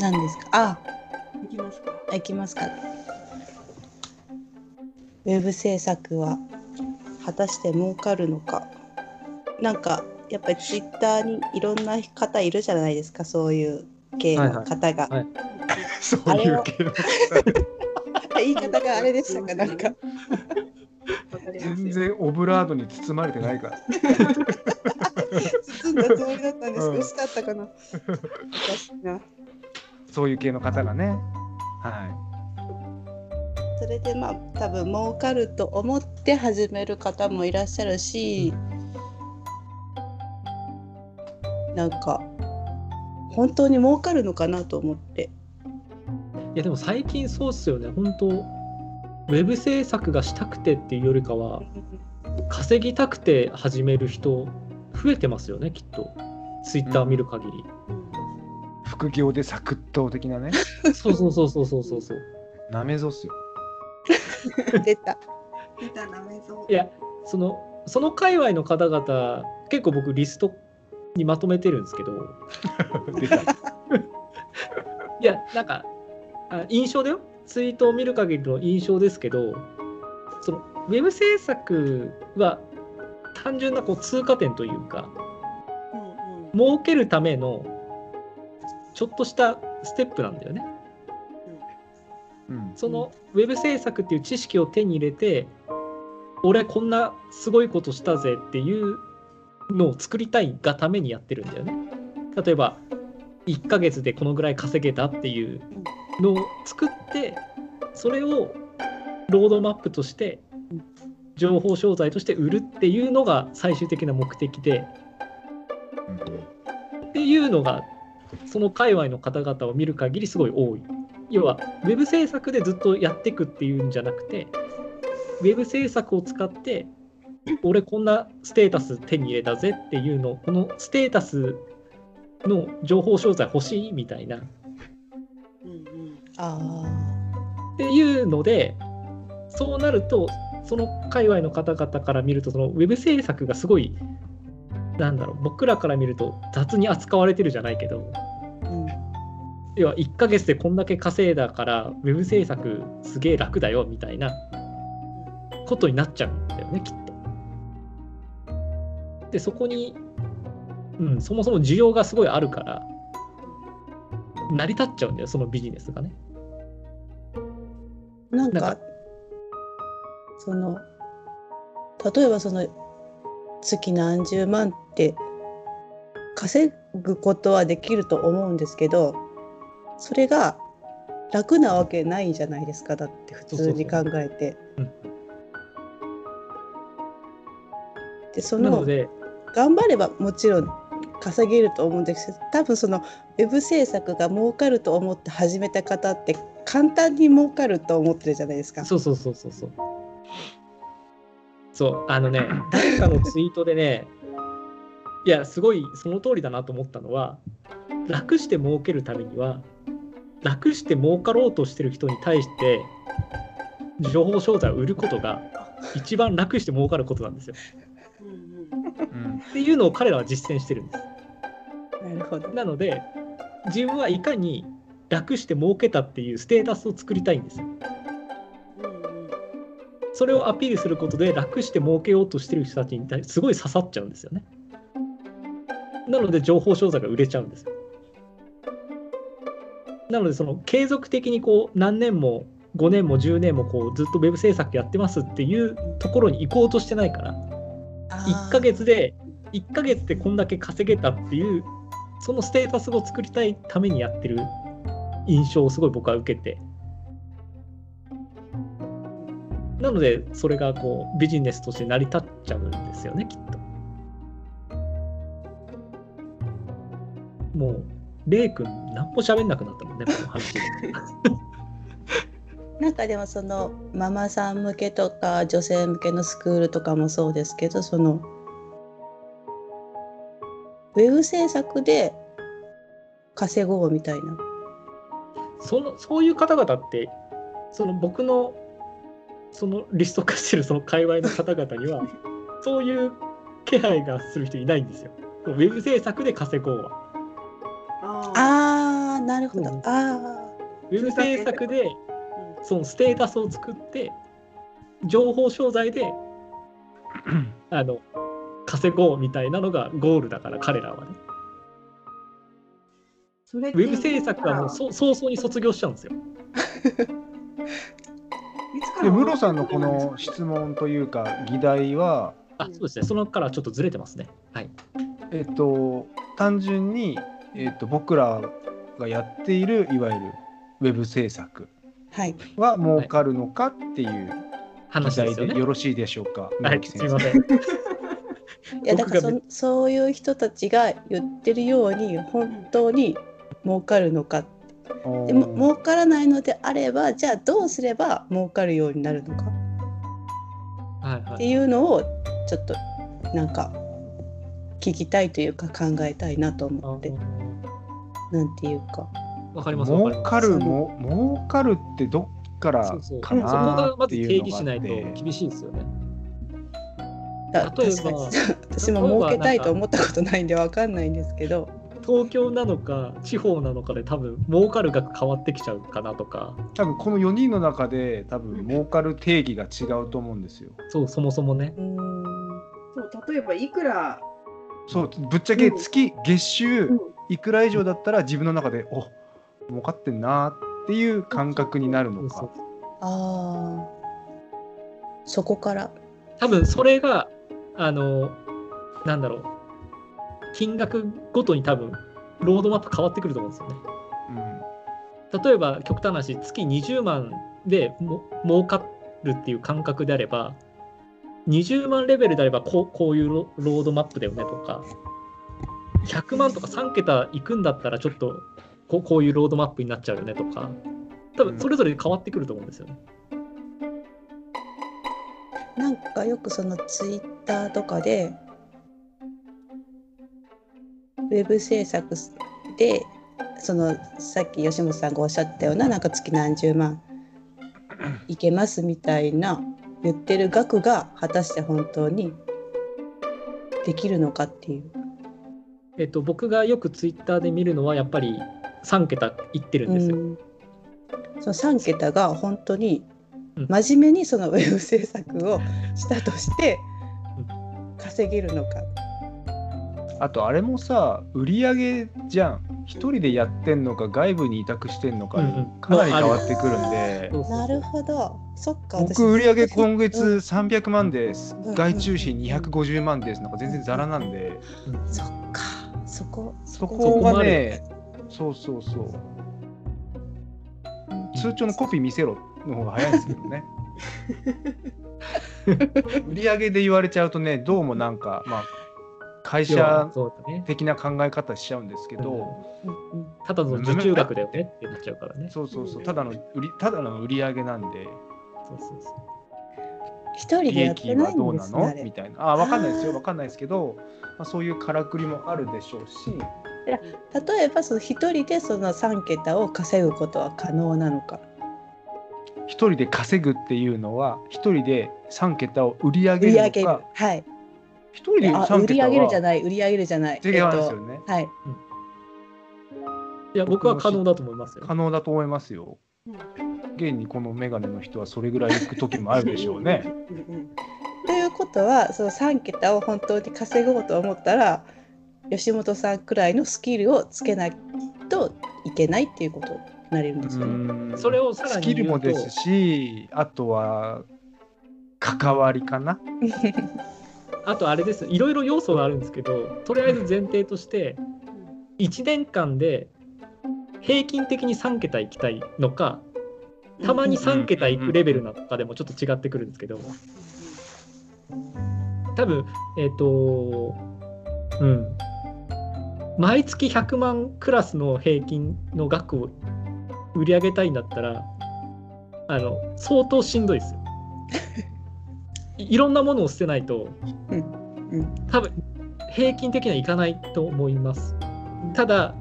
何ですか？あ、 いきますか。 いきますか。ウェブ制作は果たして儲かるのか。なんかやっぱりツイッターにいろんな方いるじゃないですか、そういう系の方が。 はいはいそういう系の言い方があれでしたか、なんか。 わかります全よ。 然オブラートに包まれてないから。 包んだつもりだったんですけど、 うん薄かったかな。おかしいな。 そういう系の方がね。はそれでまあ多分儲かると思って始める方もいらっしゃるし、なんか本当に儲かるのかなと思って。 いやでも最近そうっすよね。本当ウェブ制作がしたくてっていうよりかは稼ぎたくて始める人増えてますよね、きっと。ツイッターを見る限り。 い。副業でサクッと的なね。 そうそうそうそうそうそう。 なめぞっすよ。 出た。 出たなめぞ。 いやその界隈の方々結構僕リストにまとめてるんですけど、 出た。 いやなんか印象だよ。ツイートを見る限りの印象ですけど、そのウェブ制作は単純なこう通過点というか、儲けるためのちょっとしたステップなんだよね。そのウェブ制作っていう知識を手に入れて、俺こんなすごいことしたぜっていうのを作りたいがためにやってるんだよね。例えば1ヶ月でこのぐらい稼げたっていうのを作って、それをロードマップとして情報商材として売るっていうのが最終的な目的で、っていうのがその界隈の方々を見る限りすごい多い。要はウェブ制作でずっとやっていくっていうんじゃなくて、ウェブ制作を使って俺こんなステータス手に入れたぜっていうのを、このステータスの情報商材欲しいみたいなっていうので、そうなるとその界隈の方々から見ると、そのウェブ制作がすごいなんだろう、僕らから見ると雑に扱われてるじゃないけど、要は1ヶ月でこんだけ稼いだからウェブ制作すげえ楽だよみたいなことになっちゃうんだよね、きっと。でそこに、そもそも需要がすごいあるから成り立っちゃうんだよ、そのビジネスがね。 なんかその例えばその月何十万って稼ぐことはできると思うんですけど、それが楽なわけないじゃないですか。だって普通に考えて。でそのなので頑張ればもちろん稼げると思うんですけど、多分そのウェブ制作が儲かると思って始めた方って簡単に儲かると思ってるじゃないですか。 そう誰かのツイートでね、いやすごいその通りだなと思ったのは、楽して儲けるためには楽して儲かろうとしてる人に対して情報商材を売ることが一番楽して儲かることなんですよ。っていうのを彼らは実践してるんです。 なるほど。 なので自分はいかに楽して儲けたっていうステータスを作りたいんですよ。それをアピールすることで楽して儲けようとしてる人たちに対してすごい刺さっちゃうんですよね。なので情報商材が売れちゃうんですよ。なのでその継続的にこう何年も5年も10年もこうずっとウェブ制作やってますっていうところに行こうとしてないから、1ヶ月でこんだけ稼げたっていうそのステータスを作りたいためにやってる印象をすごい僕は受けて、なのでそれがこうビジネスとして成り立っちゃうんですよね、きっと。もうレイ君何も喋んなくなったもんね、この話で。 なんかでもそのママさん向けとか女性向けのスクールとかもそうですけど、そのウェブ制作で稼ごうみたいな、 そういう方々ってその僕のそのリスト化してるその界隈の方々にはそういう気配がする人いないんですよ。ウェブ制作で稼ごうは。 ああ、なるほど。 うんあウェブ制作でそのステータスを作って情報商材で稼ごうみたいなのがゴールだから、彼らはね。 それってウェブ制作はもう早々に卒業しちゃうんですよ。 で室さんのこの質問というか議題はそうですね。そのからちょっとずれてますね。はい。 単純に、僕らがやっているいわゆるウェブ制作あ、はい。 は儲かるのかっていう議題話ですよね。 でよろしいでしょうか、 はい、 室木先生。 すみません。 いや、だから僕がそういう人たちが言ってるように本当に儲かるのか。でも儲からないのであれば、じゃあどうすれば儲かるようになるのかはいはい。 っていうのをちょっとなんか聞きたいというか考えたいなと思って、なんていうか。 わかります。わかり儲ます。 かる儲かるってどっからそうそう。 かそこがなまず定っていうの義しないとがあって、 厳しいですよね。 だ例えば確かに私も儲けたいと思ったことないんでわかんないんですけど、 東京なのか地方なのかで多分儲かる額変わってきちゃうかなとか。 多分この4人の中で多分儲かる定義が違うと思うんですよ。 そう、そもそもね。 そう例えばいくら、 そうぶっちゃけ月収いくら以上だったら自分の中で儲かってんなっていう感覚になるのか。 ああ、そこから多分それがなんだろう、金額ごとに多分ロードマップ変わってくると思うんですよね。例えば極端な話、月20万で儲かるっていう感覚であれば、20万レベルであればこういうロードマップだよねとか、100万とか3桁いくんだったらちょっとこういうロードマップになっちゃうよねとか、多分それぞれ変わってくると思うんですよね。 なんかよくそのツイッターとかでウェブ制作でそのさっき吉本さんがおっしゃったようななんか月何十万いけますみたいな言ってる額が果たして本当にできるのかっていう。 僕がよくツイッターで見るのはやっぱり3桁いってるんですよ。 その3桁が本当に真面目にそのウェブ制作をしたとして稼げるのか。 あとあれもさ、売り上げじゃん。一人でやってんのか外部に委託してんのかかなり変わってくるんで。 なるほど。そっか。 僕売り上げ今月300万です。外注費250万です。なんか全然ザラなんで。 そっか。そこがね、そうそうそう。通帳のコピー見せろの方が早いんですけどね。売り上げで言われちゃうとね、どうもなんかまあ会社的な考え方しちゃうんですけど、 ただの受注額だよねってなっちゃうからね。 そうそうそう、ただの売り上げなんで。 そうそうそう。 一人でやってないんですね。 みたいな。わかんないですよ。わかんないですけど、そういうからくりもあるでしょうし。 例えばその一人でその3桁を稼ぐことは可能なのか。 一人で稼ぐっていうのは一人で3桁を売り上げるのか。 はい。 一人で3桁は売り上げるじゃない。違いますよね。 はい。 いや僕は可能だと思いますよ。 可能だと思いますよ。現にこのメガネの人はそれぐらい行く時もあるでしょうね。 ということはその3桁を本当に稼ごうと思ったら吉本さんくらいのスキルをつけないといけないっていうことになれるんですよね。 それをさらにスキルもですし、あとは関わりかな。 あとあれです、いろいろ要素があるんですけど、とりあえず前提として1年間で平均的に3桁いきたいのか、たまに3桁いくレベルなのかでもちょっと違ってくるんですけど、多分毎月100万クラスの平均の額を売り上げたいんだったら相当しんどいですよ。いろんなものを捨てないと多分平均的にはいかないと思います。ただ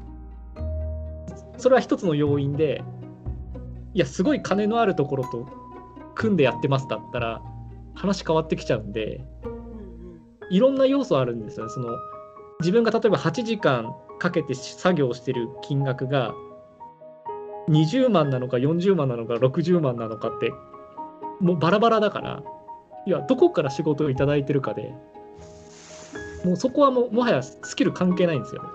それは一つの要因で、いやすごい金のあるところと組んでやってますだったら話変わってきちゃうんで、いろんな要素あるんですよね。その自分が例えば8時間かけて作業してる金額が20万なのか40万なのか60万なのかってもうバラバラだから、いやどこから仕事をいただいてるかで、もうそこはもはやスキル関係ないんですよね。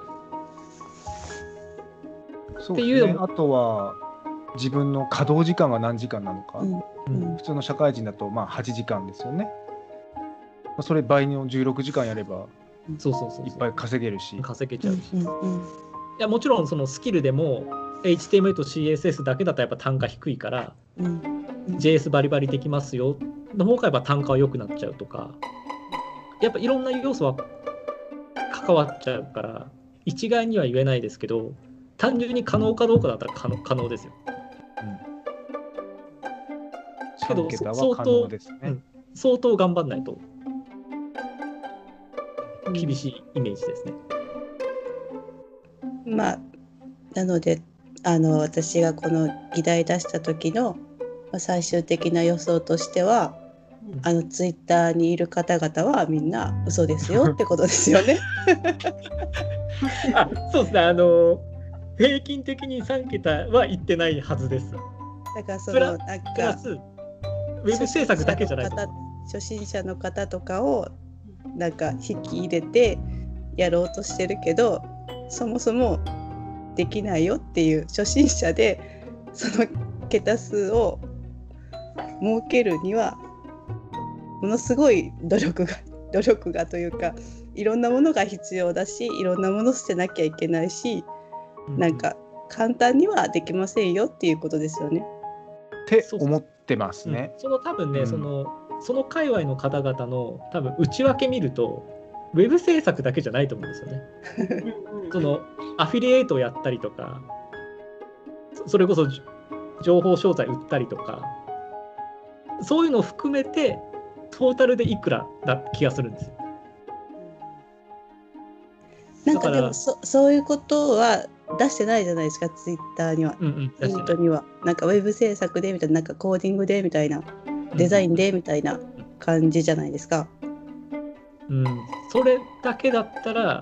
そうっていうのもあとは自分の稼働時間が何時間なのか、 うん普通の社会人だとまあ8時間ですよね。それ倍の16時間やればそうそうそうそう、 いっぱい稼げるし、 稼げちゃうし、いうんやもちろんそのスキルでも HTML と CSS だけだとやっぱ単価低いから、 うん JS バリバリできますよの方がやっぱ単価は良くなっちゃうとか、やっぱいろんな要素は関わっちゃうから一概には言えないですけど、単純に可能かどうかだったら可能ですよ。けど 3桁は可能ですね。 相当頑張んないと厳しいイメージですね。 まあなので私がこの議題出した時の最終的な予想としては、ツイッターにいる方々はみんな嘘ですよってことですよね。 あ、そうですね。平均的に3桁は言ってないはずです。 だからそプラのなんプラかスウェブ制作だけじゃないと。 初心者の方とかをなんか引き入れてやろうとしてるけど、そもそもできないよっていう、初心者でその桁数を設けるにはものすごい努力がというか、いろんなものが必要だし、いろんなもの捨てなきゃいけないし、なんか簡単にはできませんよっていうことですよね。 って思ってますね。 その多分ね、 うんその界隈の方々の多分内訳見るとウェブ制作だけじゃないと思うんですよね。そのアフィリエイトをやったりとか、それこそ情報商材売ったりとか、そういうのを含めてトータルでいくらだ気がするんですよ。 なんかでもそういうことは出してないじゃないですか、ツイッターには。 出してない。 本当にはなんかウェブ制作でみたいな、なんかコーディングでみたいな、デザインでみたいな感じじゃないですか。 それだけだったら、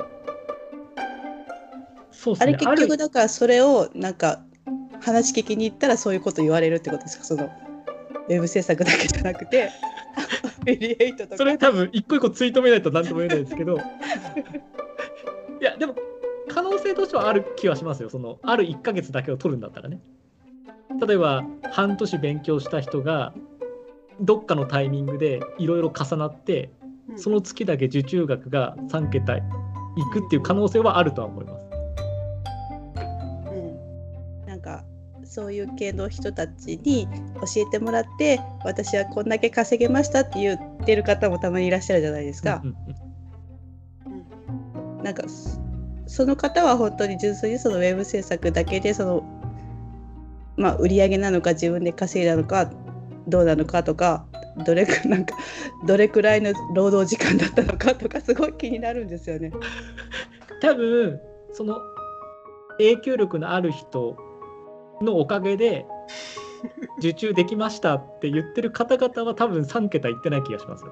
そうですね。 あれ結局だからそれをなんか話聞きに行ったらそういうこと言われるってことですか、そのウェブ制作だけじゃなくてアフィリエイトとか。 それ多分一個一個ツイート見ないと何とも言えないですけどいやでも可能性としてはある気はしますよ。そのある1ヶ月だけを取るんだったらね。例えば半年勉強した人がどっかのタイミングでいろいろ重なって、その月だけ受注額が3桁いくっていう可能性はあるとは思います。 なんかそういう系の人たちに教えてもらって、私はこんだけ稼げましたって言ってる方もたまにいらっしゃるじゃないですか。なんかその方は本当に純粋にそのウェブ制作だけで売り上げなのか自分で稼いだのかどうなのかとか、どれくらいの労働時間だったのかとかすごい気になるんですよね。 多分その影響力のある人のおかげで受注できましたって言ってる方々は多分3桁いってない気がします。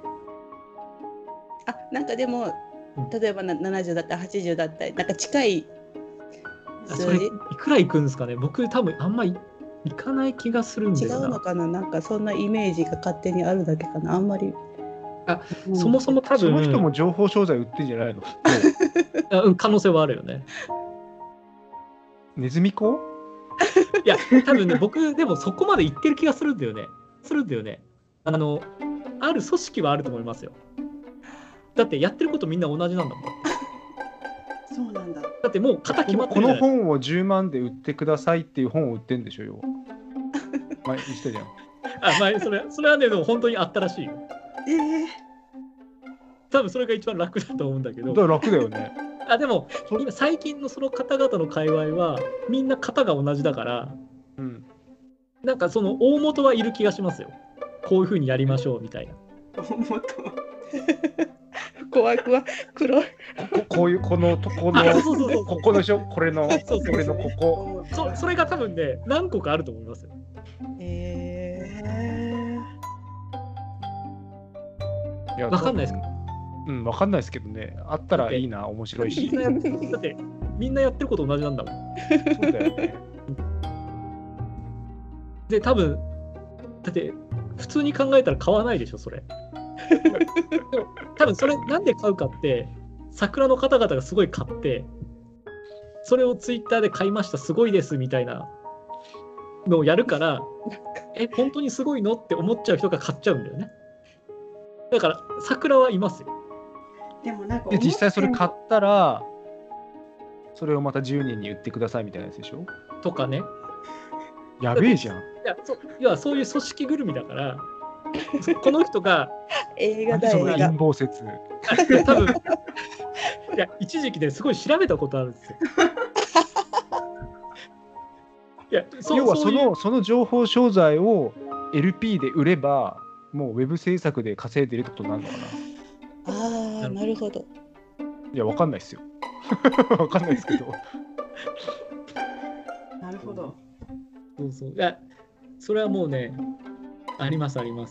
なんかでも例えば70だったり80だったり、なんか近いそれいくらいくんですかね。僕多分あんまりいかない気がするんだ違よな。 うのかな、なんかそんなイメージが勝手にあるだけかな、あんまり。 そもそも多分その人も情報商材売ってんじゃないの？ 可能性はあるよね。 ネズミ講？ いや多分ね僕でもそこまで言ってる気がするんだよね。ある組織はあると思いますよ。だってやってることみんな同じなんだもん。 そうなんだ。 だってもう型決まってるじゃない。 この本を10万で売ってくださいっていう本を売ってんでしょよ。前言ってたじゃん。 それはね、でも本当にあったらしいよ。多分それが一番楽だと思うんだけど。 だから楽だよね。 でも今最近のその方々の界隈はみんな型が同じだから、なんかその大元はいる気がしますよ。こういう風にやりましょうみたいな。 大元怖い黒いこういうこのとこのここのしょ、これのこれのここ。 それが多分ね何個かあると思いますよ。 わかんないです。わかんないですけどね。あったらいいな、面白いし。 だってみんなやってること同じなんだもん。 そうだよね。 で多分だって普通に考えたら買わないでしょそれ。でも多分それなんで買うかって桜の方々がすごい買ってそれをツイッターで買いましたすごいですみたいなのをやるから本当にすごいのって思っちゃう人が買っちゃうんだよね。だから桜はいますよ。 でもなんかで実際それ買ったらそれをまた10人に売ってくださいみたいなやつでしょ。 とかね。 やべえじゃん。 要はそういう組織ぐるみだからこの人が映画だその陰映画。 謀説。 多分いや一時期ですごい調べたことあるんですよ。いや要はそういうその情報商材を LP で売ればもうウェブ制作で稼いでるってことになるのかな。 ああ、なるほど。 いやわかんないですよ。わかんないですけど。 なるほど。 そういやそれはもうねありますあります。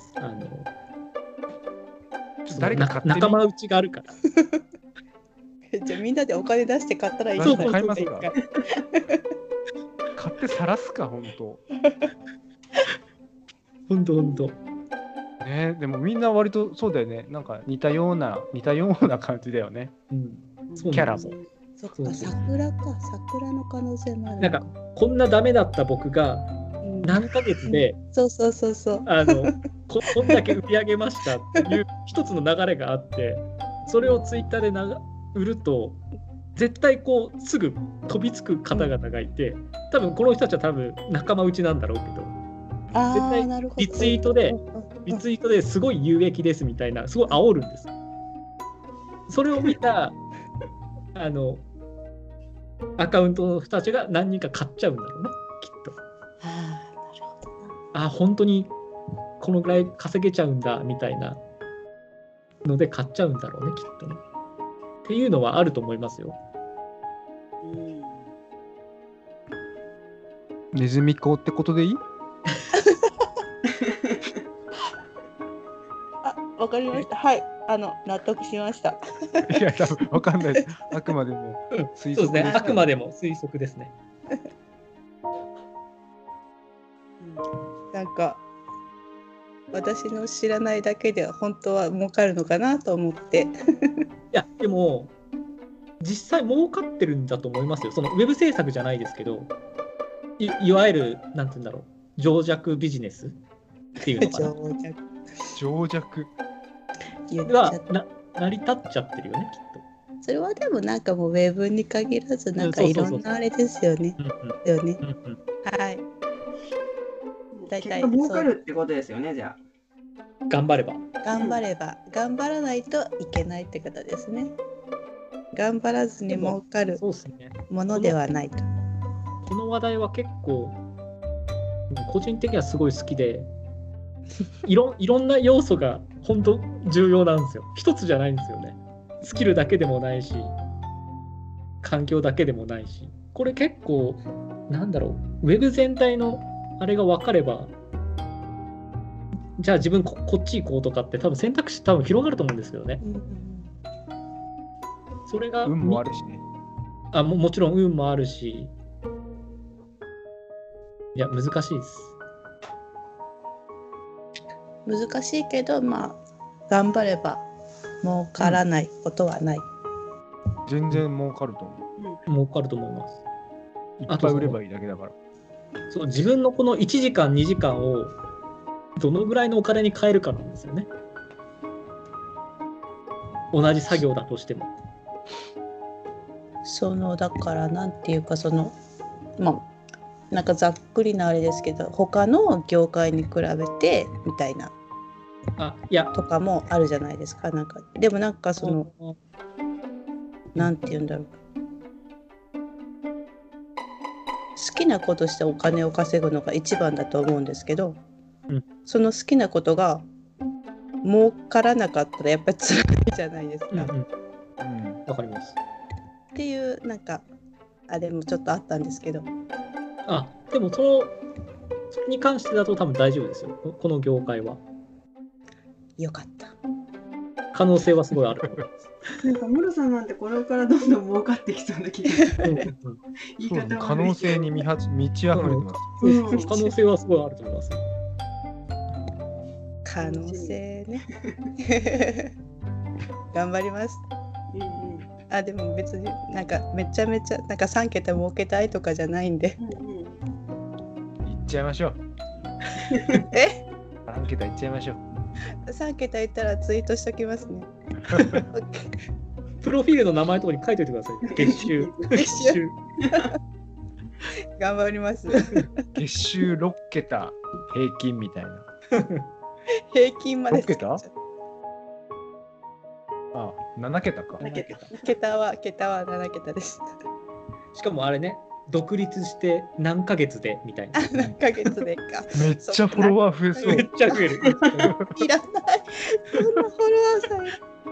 誰か買ってみ仲間内があるから。 じゃあみんなでお金出して買ったらいいんそうじゃない買いますかか。 買って晒すか本当。 ほんと。 ね、でもみんな割とそうだよね。なんか似たような感じだよね。 そうキャラもなんですよ。 そっか、 そうそう桜の可能性もあるなんかこんなダメだった僕がうん何ヶ月で、 そう。 こんだけ売り上げましたっていう一つの流れがあってそれをツイッターで売ると絶対こうすぐ飛びつく方々がいて多分この人たちは多分仲間内なんだろうけどあ絶対あ、なるほど。 リツイートでリツイートですごい有益ですみたいなすごい煽るんですよ。それを見たアカウントの人たちが何人か買っちゃうんだろうねきっと。 ああ、なるほどな。 本当にこのぐらい稼げちゃうんだみたいなので買っちゃうんだろうねきっとね。っていうのはあると思いますよ。 うんネズミ講ってことでいい？ あ、わかりました。はい、納得しました。 いや多分わかんないです。あくまでも推そうですね。 測あくまでも推測ですね。 なんか私の知らないだけでは本当は儲かるのかなと思って。 いやでも実際儲かってるんだと思いますよ。そのウェブ制作じゃないですけど、いわゆるなんて言うんだろう、情弱ビジネスっていうのかな。 情弱は成り立っちゃってるよねきっと。 それはでもなんかもうウェブに限らずなんかいろんなあれですよね。よね。はい。大体結果儲かるってことですよね、じゃあ。 頑張れば。 頑張れば、頑張らないといけないって方ですね。頑張らずに儲かるそうですね。 ものではないと。 この話題は結構個人的にはすごい好きでいろんな要素が本当重要なんですよ。一つじゃないんですよね。スキルだけでもないし環境だけでもないし、これ結構なんだろう、ウェブ全体のあれが分かればじゃあ自分こっち行こうとかって多分選択肢多分広がると思うんですけどね。それが運もあるしね。 もちろん運もあるし、いや難しいです。 難しいけどまあ頑張れば儲からないことはない。 全然儲かると思う。 儲かると思います。 いっぱい売ればいいだけだから。 そう自分のこの1時間2時間をどのぐらいのお金に換えるかなんですよね。同じ作業だとしても。 だからなんていうかなんかざっくりなあれですけど他の業界に比べてみたいな。 いやとかもあるじゃないですか。なんかでもなんかなんて言うんだろう、好きなことしてお金を稼ぐのが一番だと思うんですけど、その好きなことが儲からなかったらやっぱり辛いじゃないですか。 わかります。 っていうなんかあれもちょっとあったんですけど。 でもそれに関してだと多分大丈夫ですよ。この業界は。 よかった。 可能性はすごいあると思います。 なんかムロさんなんてこれからどんどん儲かってきそうな気がする。 うんうん言いそうですね方可能性に満ち溢れてます。 そうそう可能性はすごいあると思います。 可能性ね。頑張ります。 うんうんあ、でも別になんかめちゃめちゃなんか3桁儲けたいとかじゃないんで。 うんうん。 いっちゃいましょう。 え 3桁いっちゃいましょう。 3桁言ったらツイートしときますね。 プロフィールの名前のところに書いておいてください。月収。月収。 頑張ります。 月収6桁平均みたいな。 平均まで 6桁あ、7桁か。 7桁。 桁は7桁です。 しかもあれね、独立して何ヶ月でみたいな。 何ヶ月でか。 めっちゃフォロワー増えそうめっちゃ増える。 いらない。そんなフォロワーさん。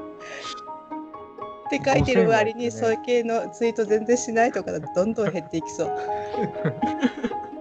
って書いてる割に、そういう系のツイート全然しないとかだとどんどん減っていきそう。